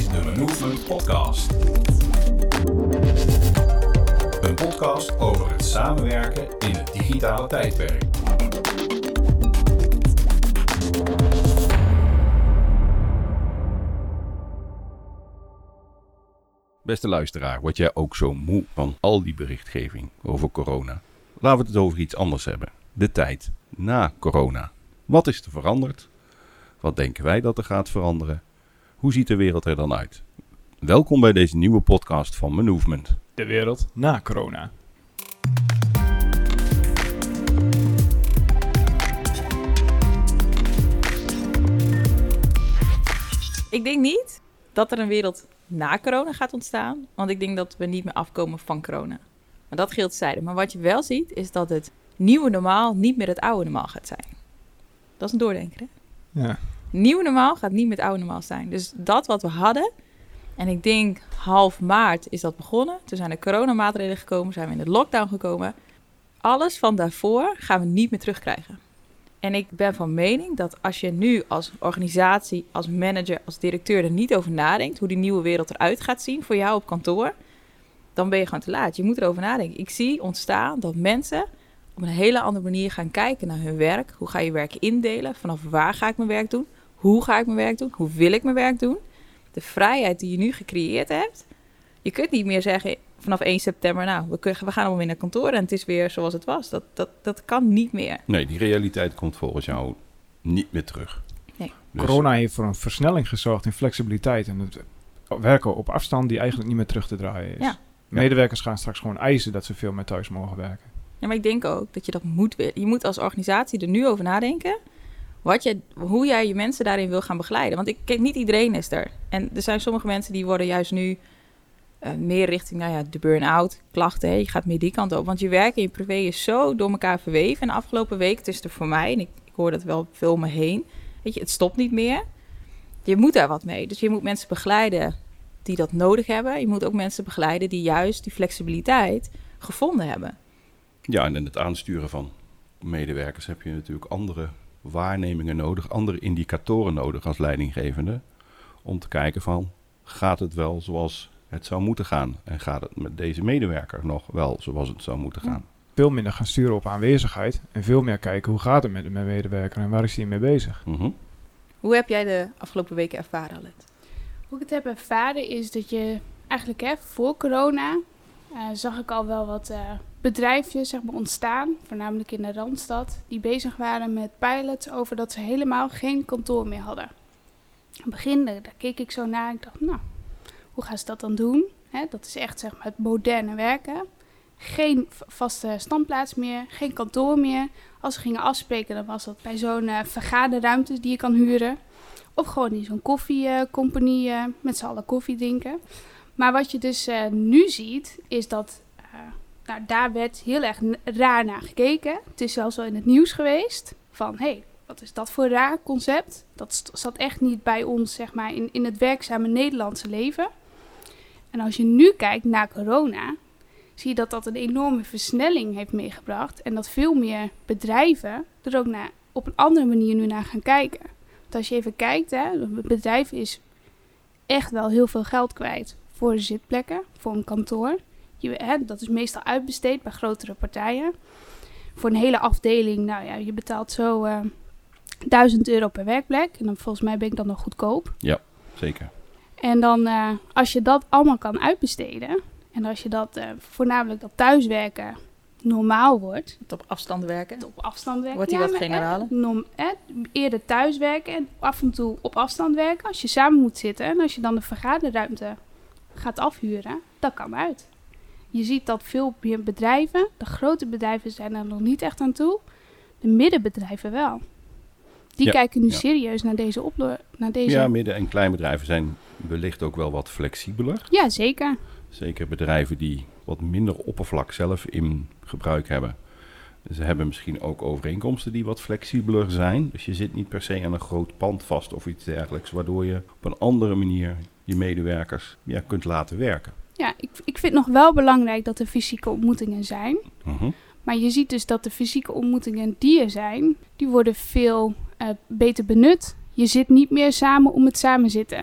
is de Movement Podcast. Een podcast over het samenwerken in het digitale tijdperk. Beste luisteraar, word jij ook zo moe van al die berichtgeving over corona? Laten we het over iets anders hebben. De tijd na corona. Wat is er veranderd? Wat denken wij dat er gaat veranderen? Hoe ziet de wereld er dan uit? Welkom bij deze nieuwe podcast van Movement. De wereld na corona. Ik denk niet dat er een wereld na corona gaat ontstaan. Want ik denk dat we niet meer afkomen van corona. Maar dat geldt terzijde. Maar wat je wel ziet, is dat het nieuwe normaal niet meer het oude normaal gaat zijn. Dat is een doordenker, hè? Ja. Nieuwe normaal gaat niet meer het oude normaal zijn. Dus dat wat we hadden, en ik denk half maart is dat begonnen. Toen zijn de coronamaatregelen gekomen, zijn we in de lockdown gekomen. Alles van daarvoor gaan we niet meer terugkrijgen. En ik ben van mening dat als je nu als organisatie, als manager, als directeur er niet over nadenkt, hoe die nieuwe wereld eruit gaat zien voor jou op kantoor, dan ben je gewoon te laat. Je moet erover nadenken. Ik zie ontstaan dat mensen op een hele andere manier gaan kijken naar hun werk. Hoe ga je werk indelen? Vanaf waar ga ik mijn werk doen? Hoe ga ik mijn werk doen? Hoe wil ik mijn werk doen? De vrijheid die je nu gecreëerd hebt. Je kunt niet meer zeggen vanaf 1 september, nou, we gaan allemaal weer naar kantoor en het is weer zoals het was. Dat kan niet meer. Nee, die realiteit komt volgens jou niet meer terug. Nee. Dus Corona heeft voor een versnelling gezorgd in flexibiliteit en het werken op afstand die eigenlijk niet meer terug te draaien is. Ja. Medewerkers gaan straks gewoon eisen dat ze veel meer thuis mogen werken. Ja, maar ik denk ook dat je dat moet willen. Je moet als organisatie er nu over nadenken hoe jij je mensen daarin wil gaan begeleiden. Want kijk, niet iedereen is er. En er zijn sommige mensen die worden juist nu meer richting de burn-out, klachten. Hè? Je gaat meer die kant op. Want je werk en je privé is zo door elkaar verweven. En de afgelopen week, het is er voor mij, en ik hoor dat wel veel om me heen. Weet je, het stopt niet meer. Je moet daar wat mee. Dus je moet mensen begeleiden die dat nodig hebben. Je moet ook mensen begeleiden die juist die flexibiliteit gevonden hebben. Ja, en in het aansturen van medewerkers heb je natuurlijk andere waarnemingen nodig, andere indicatoren nodig als leidinggevende, om te kijken van, gaat het wel zoals het zou moeten gaan? En gaat het met deze medewerker nog wel zoals het zou moeten gaan? Veel minder gaan sturen op aanwezigheid en veel meer kijken hoe gaat het met mijn medewerker en waar is hij mee bezig. Mm-hmm. Hoe heb jij de afgelopen weken ervaren, Alet? Hoe ik het heb ervaren is dat je eigenlijk voor corona zag ik al wel wat bedrijfjes ontstaan, voornamelijk in de Randstad, die bezig waren met pilots over dat ze helemaal geen kantoor meer hadden. In het begin, daar keek ik zo naar, ik dacht, nou, hoe gaan ze dat dan doen? Dat is echt het moderne werken. Geen vaste standplaats meer, geen kantoor meer. Als ze gingen afspreken, dan was dat bij zo'n vergaderruimte die je kan huren. Of gewoon in zo'n koffiecompagnie met z'n allen koffie drinken. Maar wat je dus nu ziet, is dat daar werd heel erg raar naar gekeken. Het is zelfs wel in het nieuws geweest van, wat is dat voor raar concept? Dat zat echt niet bij ons, in het werkzame Nederlandse leven. En als je nu kijkt naar corona, zie je dat dat een enorme versnelling heeft meegebracht. En dat veel meer bedrijven er ook op een andere manier nu naar gaan kijken. Want als je even kijkt, het bedrijf is echt wel heel veel geld kwijt voor de zitplekken, voor een kantoor. Dat is meestal uitbesteed bij grotere partijen. Voor een hele afdeling, je betaalt zo €1000 per werkplek. En dan volgens mij ben ik dan nog goedkoop. Ja, zeker. En dan als je dat allemaal kan uitbesteden, en als je dat voornamelijk dat thuiswerken normaal wordt. Op afstand werken. Wordt die wat generale? Eerder thuiswerken en af en toe op afstand werken. Als je samen moet zitten en als je dan de vergaderruimte gaat afhuren, dat kan uit. Je ziet dat veel bedrijven, de grote bedrijven zijn er nog niet echt aan toe. De middenbedrijven wel. Die kijken nu serieus naar deze Ja, midden- en kleinbedrijven zijn wellicht ook wel wat flexibeler. Ja, zeker. Zeker bedrijven die wat minder oppervlak zelf in gebruik hebben. Ze hebben misschien ook overeenkomsten die wat flexibeler zijn. Dus je zit niet per se aan een groot pand vast of iets dergelijks, waardoor je op een andere manier je medewerkers kunt laten werken. Ja, ik vind nog wel belangrijk dat er fysieke ontmoetingen zijn. Mm-hmm. Maar je ziet dus dat de fysieke ontmoetingen die er zijn, die worden veel beter benut. Je zit niet meer samen om het samen zitten.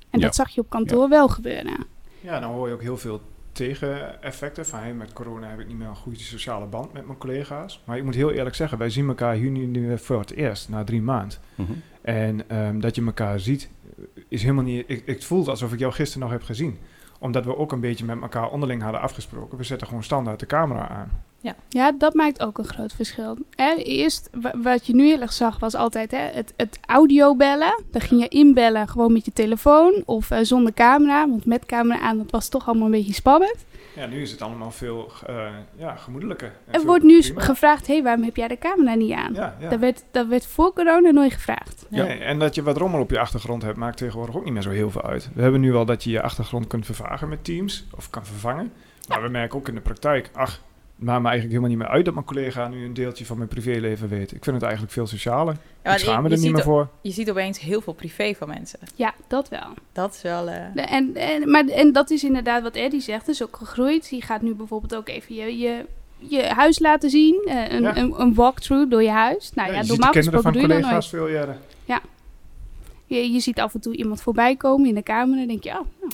En Ja. dat zag je op kantoor wel gebeuren. Ja, dan hoor je ook heel veel tegeneffecten. Van, hey, met corona heb ik niet meer een goede sociale band met mijn collega's. Maar ik moet heel eerlijk zeggen, wij zien elkaar hier nu voor het eerst, na 3 maanden. Mhm. En dat je elkaar ziet, is helemaal niet... Ik voel het alsof ik jou gisteren nog heb gezien. Omdat we ook een beetje met elkaar onderling hadden afgesproken. We zetten gewoon standaard de camera aan. Ja, dat maakt ook een groot verschil. Eerst, wat je nu heel erg zag, was altijd het audio bellen. Dan ging je inbellen gewoon met je telefoon of zonder camera. Want met camera aan, dat was toch allemaal een beetje spannend. Ja, nu is het allemaal veel gemoedelijker. En Er veel wordt nu prima. gevraagd, waarom heb jij de camera niet aan? Ja, ja. Dat werd voor corona nooit gevraagd. Ja. Nee, en dat je wat rommel op je achtergrond hebt, maakt tegenwoordig ook niet meer zo heel veel uit. We hebben nu wel dat je je achtergrond kunt vervagen met Teams, of kan vervangen. Maar we merken ook in de praktijk, het maakt me eigenlijk helemaal niet meer uit dat mijn collega nu een deeltje van mijn privéleven weet. Ik vind het eigenlijk veel socialer. Ja, Ik schaam me er niet meer voor. Je ziet opeens heel veel privé van mensen. Ja, dat wel. Dat is wel... En dat is inderdaad wat Eddie zegt, dat is ook gegroeid. Je gaat nu bijvoorbeeld ook even je huis laten zien. Een walkthrough door je huis. Nou ja, je ziet de normaal kinderen van gesproken doe je dat nooit. collega's veel eerder. Je ziet af en toe iemand voorbij komen in de kamer en dan denk je, oh, nou.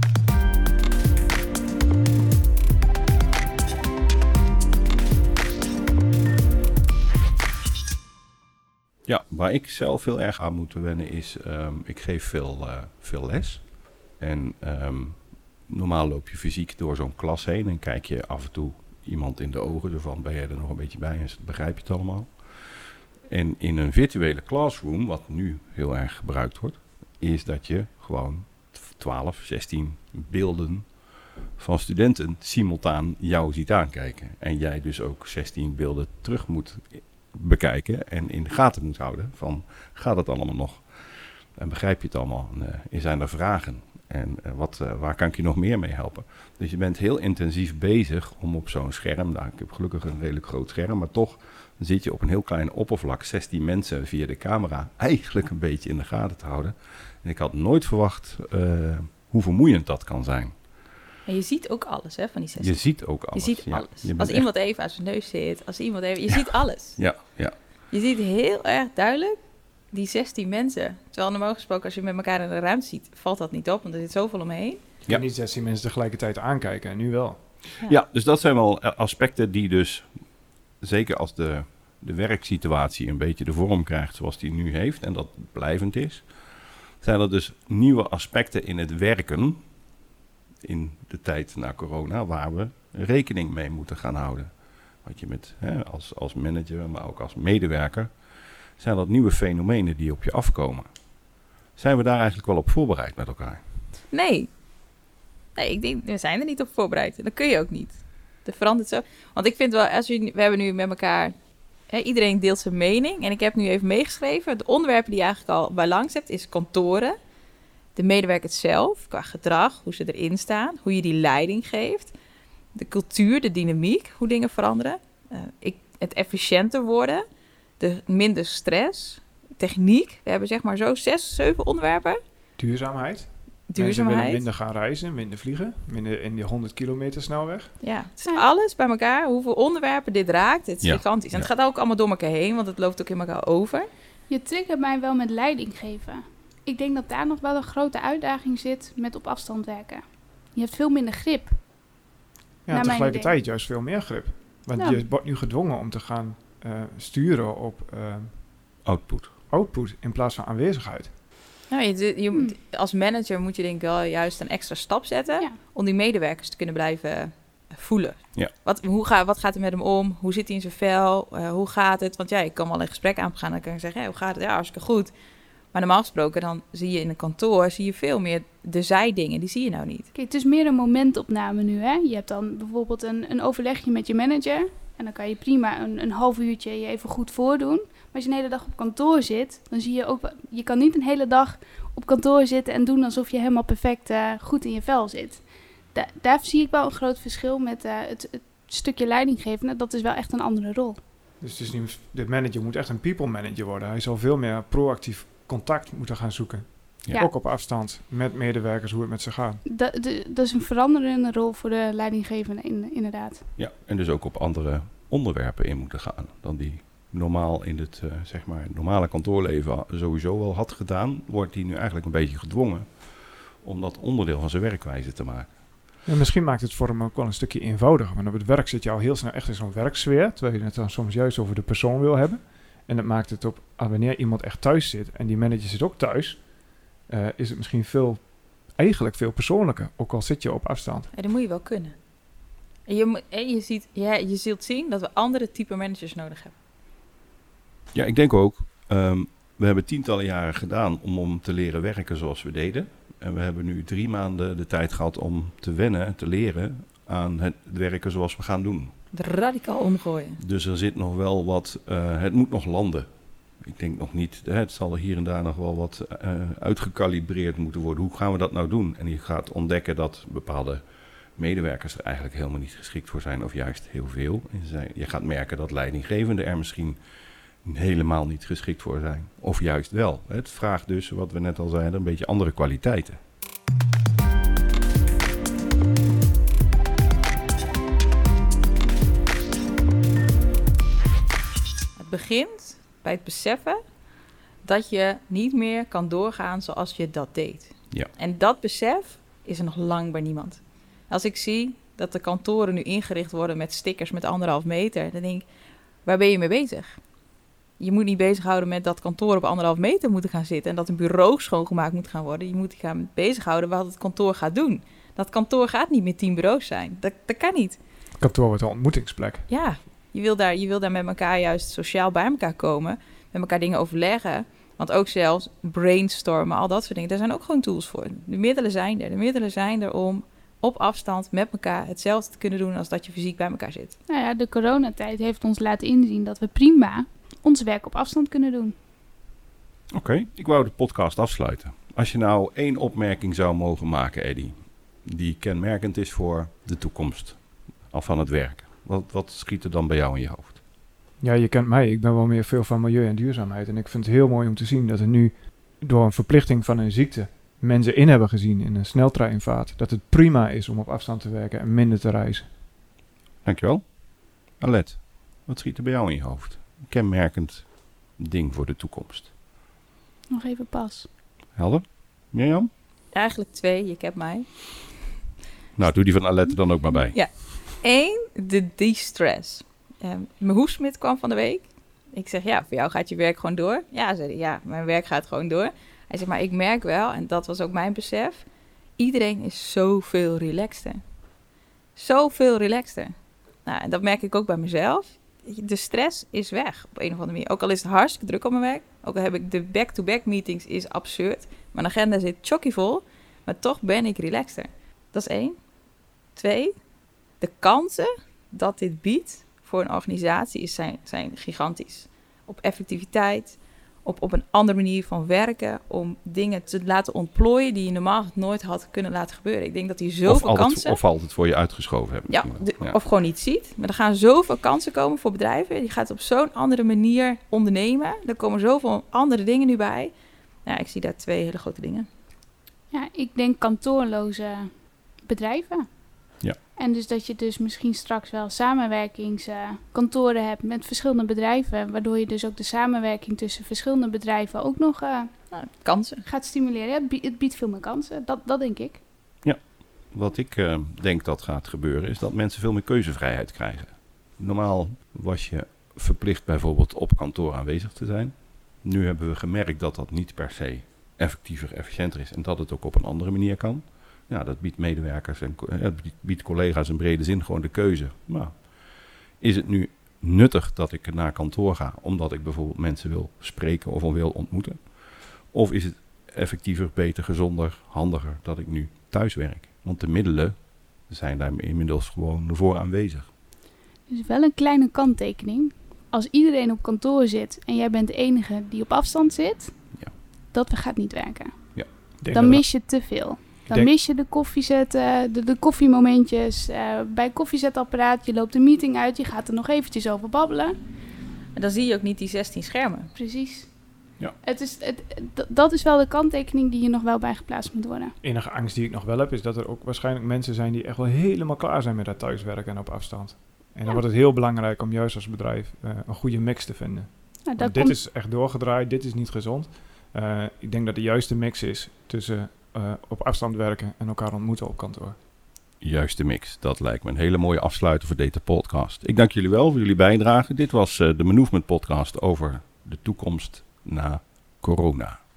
Ja, waar ik zelf heel erg aan moet wennen is, ik geef veel les. En normaal loop je fysiek door zo'n klas heen en kijk je af en toe iemand in de ogen. Zo van, ben jij er nog een beetje bij en begrijp je het allemaal? En in een virtuele classroom, wat nu heel erg gebruikt wordt, is dat je gewoon 12, 16 beelden van studenten simultaan jou ziet aankijken. En jij dus ook 16 beelden terug moet bekijken en in de gaten moet houden van, gaat het allemaal nog? En begrijp je het allemaal? Zijn er vragen? En waar kan ik je nog meer mee helpen? Dus je bent heel intensief bezig om op zo'n scherm, nou, ik heb gelukkig een redelijk groot scherm, maar toch zit je op een heel klein oppervlak 16 mensen via de camera eigenlijk een beetje in de gaten te houden. En ik had nooit verwacht hoe vermoeiend dat kan zijn. En je ziet ook alles hè, van die sessie. Je ziet ook alles. Je ziet ja. alles. Je bent Als echt- iemand even aan zijn neus zit, je ziet alles. Ja. Je ziet heel erg duidelijk die 16 mensen. Terwijl normaal gesproken, als je met elkaar in de ruimte ziet, valt dat niet op, want er zit zoveel omheen. Je kan niet 16 mensen tegelijkertijd aankijken, en nu wel. Ja, dus dat zijn wel aspecten die dus, zeker als de werksituatie een beetje de vorm krijgt zoals die nu heeft, en dat blijvend is, zijn er dus nieuwe aspecten in het werken in de tijd na corona, waar we rekening mee moeten gaan houden. Wat je met, als manager, maar ook als medewerker, zijn dat nieuwe fenomenen die op je afkomen. Zijn we daar eigenlijk wel op voorbereid met elkaar? Nee, ik denk, we zijn er niet op voorbereid. Dat kun je ook niet. Dat verandert zo. Want ik vind wel, we hebben nu met elkaar, iedereen deelt zijn mening. En ik heb nu even meegeschreven, de onderwerpen die je eigenlijk al bij langs hebt, is kantoren. De medewerker zelf, qua gedrag, hoe ze erin staan. Hoe je die leiding geeft. De cultuur, de dynamiek, hoe dingen veranderen. Het efficiënter worden. De minder stress. Techniek. We hebben zeg maar zo 6, 7 onderwerpen. Duurzaamheid. Mensen Duurzaamheid. willen minder gaan reizen, minder vliegen. Minder in die 100 kilometer snelweg. Ja, het is alles bij elkaar. Hoeveel onderwerpen dit raakt. Het is Ja. gigantisch. En het gaat ook allemaal door elkaar heen, want het loopt ook in elkaar over. Je triggert mij wel met leiding geven. Ik denk dat daar nog wel een grote uitdaging zit met op afstand werken. Je hebt veel minder grip. Ja, mijn tegelijkertijd juist veel meer grip. Want Ja. je wordt nu gedwongen om te gaan sturen op Output. output in plaats van aanwezigheid. Nou, als manager moet je denk ik wel juist een extra stap zetten Ja. om die medewerkers te kunnen blijven voelen. Ja. Wat gaat er met hem om? Hoe zit hij in zijn vel? Hoe gaat het? Want ja, ik kan wel een gesprek aangaan. Dan kan ik zeggen, hoe gaat het? Ja, hartstikke goed. Maar normaal gesproken, dan zie je in een kantoor veel meer de zijdingen. Die zie je nou niet. Kijk, het is meer een momentopname nu. Hè? Je hebt dan bijvoorbeeld een overlegje met je manager. En dan kan je prima een half uurtje je even goed voordoen. Maar als je een hele dag op kantoor zit, dan zie je ook... Je kan niet een hele dag op kantoor zitten en doen alsof je helemaal perfect goed in je vel zit. Daar zie ik wel een groot verschil met het stukje leidinggevende. Dat is wel echt een andere rol. Dus het is nu, de manager moet echt een people manager worden. Hij zal veel meer proactief contact moeten gaan zoeken. Ja. Ook op afstand met medewerkers, hoe het met ze gaat. Dat is een veranderende rol voor de leidinggevende, inderdaad. Ja, en dus ook op andere onderwerpen in moeten gaan dan die normaal in het normale kantoorleven sowieso wel had gedaan, wordt die nu eigenlijk een beetje gedwongen om dat onderdeel van zijn werkwijze te maken. Ja, misschien maakt het voor hem ook wel een stukje eenvoudiger. Want op het werk zit je al heel snel echt in zo'n werksfeer, terwijl je het dan soms juist over de persoon wil hebben. En dat maakt het op, wanneer iemand echt thuis zit en die manager zit ook thuis, is het misschien eigenlijk veel persoonlijker, ook al zit je op afstand. Ja, dat moet je wel kunnen. En je zult zien dat we andere type managers nodig hebben. Ja, ik denk ook, we hebben tientallen jaren gedaan om te leren werken zoals we deden. En we hebben nu 3 maanden de tijd gehad om te wennen en te leren aan het werken zoals we gaan doen. Radicaal omgooien. Dus er zit nog wel wat, het moet nog landen. Ik denk nog niet, het zal hier en daar nog wel wat uitgekalibreerd moeten worden. Hoe gaan we dat nou doen? En je gaat ontdekken dat bepaalde medewerkers er eigenlijk helemaal niet geschikt voor zijn, of juist heel veel. Je gaat merken dat leidinggevenden er misschien helemaal niet geschikt voor zijn. Of juist wel. Het vraagt dus, wat we net al zeiden, een beetje andere kwaliteiten. Het begint bij het beseffen dat je niet meer kan doorgaan zoals je dat deed. Ja. En dat besef is er nog lang bij niemand. Als ik zie dat de kantoren nu ingericht worden met stickers met 1,5 meter, dan denk ik, waar ben je mee bezig? Je moet niet bezighouden met dat kantoor op 1,5 meter moeten gaan zitten en dat een bureau schoongemaakt moet gaan worden. Je moet gaan bezighouden wat het kantoor gaat doen. Dat kantoor gaat niet met 10 bureaus zijn. Dat kan niet. Het kantoor wordt een ontmoetingsplek. Ja, je wil daar met elkaar juist sociaal bij elkaar komen. Met elkaar dingen overleggen. Want ook zelfs brainstormen, al dat soort dingen. Daar zijn ook gewoon tools voor. De middelen zijn er. De middelen zijn er om op afstand met elkaar hetzelfde te kunnen doen als dat je fysiek bij elkaar zit. Nou ja, de coronatijd heeft ons laten inzien dat we prima ons werk op afstand kunnen doen. Oké, ik wou de podcast afsluiten. Als je nou 1 opmerking zou mogen maken, Eddy, die kenmerkend is voor de toekomst van het werk. Wat schiet er dan bij jou in je hoofd? Ja, je kent mij. Ik ben wel meer veel van milieu en duurzaamheid. En ik vind het heel mooi om te zien dat er nu door een verplichting van een ziekte mensen in hebben gezien in een sneltreinvaart. Dat het prima is om op afstand te werken en minder te reizen. Dankjewel. Alet, wat schiet er bij jou in je hoofd? Een kenmerkend ding voor de toekomst. Nog even pas. Helder? Mirjam? Eigenlijk 2, je kent mij. Nou, doe die van Alet er dan ook maar bij. Ja. 1, de de-stress. Mijn hoefsmid kwam van de week. Ik zeg, ja, voor jou gaat je werk gewoon door. Ja, zei hij, ja, mijn werk gaat gewoon door. Hij zegt, maar ik merk wel, en dat was ook mijn besef, iedereen is zoveel relaxter. Zoveel relaxter. Nou, en dat merk ik ook bij mezelf. De stress is weg op een of andere manier. Ook al is het hartstikke druk op mijn werk. Ook al heb ik de back-to-back meetings, is absurd. Mijn agenda zit chockeyvol. Maar toch ben ik relaxter. Dat is 1. 2, de kansen dat dit biedt voor een organisatie zijn gigantisch. Op effectiviteit, op een andere manier van werken, om dingen te laten ontplooien die je normaal nooit had kunnen laten gebeuren. Ik denk dat die zoveel kansen... Of altijd voor je uitgeschoven hebben. Ja, of gewoon niet ziet. Maar er gaan zoveel kansen komen voor bedrijven. Je gaat op zo'n andere manier ondernemen. Er komen zoveel andere dingen nu bij. Ja, ik zie daar 2 hele grote dingen. Ja, ik denk kantoorloze bedrijven. Ja. En dus dat je dus misschien straks wel samenwerkingskantoren hebt met verschillende bedrijven, waardoor je dus ook de samenwerking tussen verschillende bedrijven ook nog Kansen. gaat stimuleren. Ja, het biedt veel meer kansen, dat denk ik. Ja, wat ik denk dat gaat gebeuren is dat mensen veel meer keuzevrijheid krijgen. Normaal was je verplicht bijvoorbeeld op kantoor aanwezig te zijn. Nu hebben we gemerkt dat dat niet per se effectiever, efficiënter is en dat het ook op een andere manier kan. Ja, dat biedt medewerkers en biedt collega's in brede zin gewoon de keuze. Nou, is het nu nuttig dat ik naar kantoor ga omdat ik bijvoorbeeld mensen wil spreken of wil ontmoeten? Of is het effectiever, beter, gezonder, handiger dat ik nu thuis werk? Want de middelen zijn daar inmiddels gewoon voor aanwezig. Dus wel een kleine kanttekening. Als iedereen op kantoor zit en jij bent de enige die op afstand zit, dat gaat niet werken. Ja. Dan mis je te veel. Dan mis je de koffiezet, de koffiemomentjes, bij het koffiezetapparaat. Je loopt de meeting uit, je gaat er nog eventjes over babbelen. En dan zie je ook niet die 16 schermen. Precies. Ja. Dat is wel de kanttekening die je nog wel bij geplaatst moet worden. Enige angst die ik nog wel heb, is dat er ook waarschijnlijk mensen zijn die echt wel helemaal klaar zijn met dat thuiswerken en op afstand. En dan wordt het heel belangrijk om juist als bedrijf een goede mix te vinden. Nou, Dit is echt doorgedraaid, dit is niet gezond. Ik denk dat de juiste mix is tussen op afstand werken en elkaar ontmoeten op kantoor. Juiste mix. Dat lijkt me een hele mooie afsluiter voor deze podcast. Ik dank jullie wel voor jullie bijdrage. Dit was de Movement podcast over de toekomst na corona.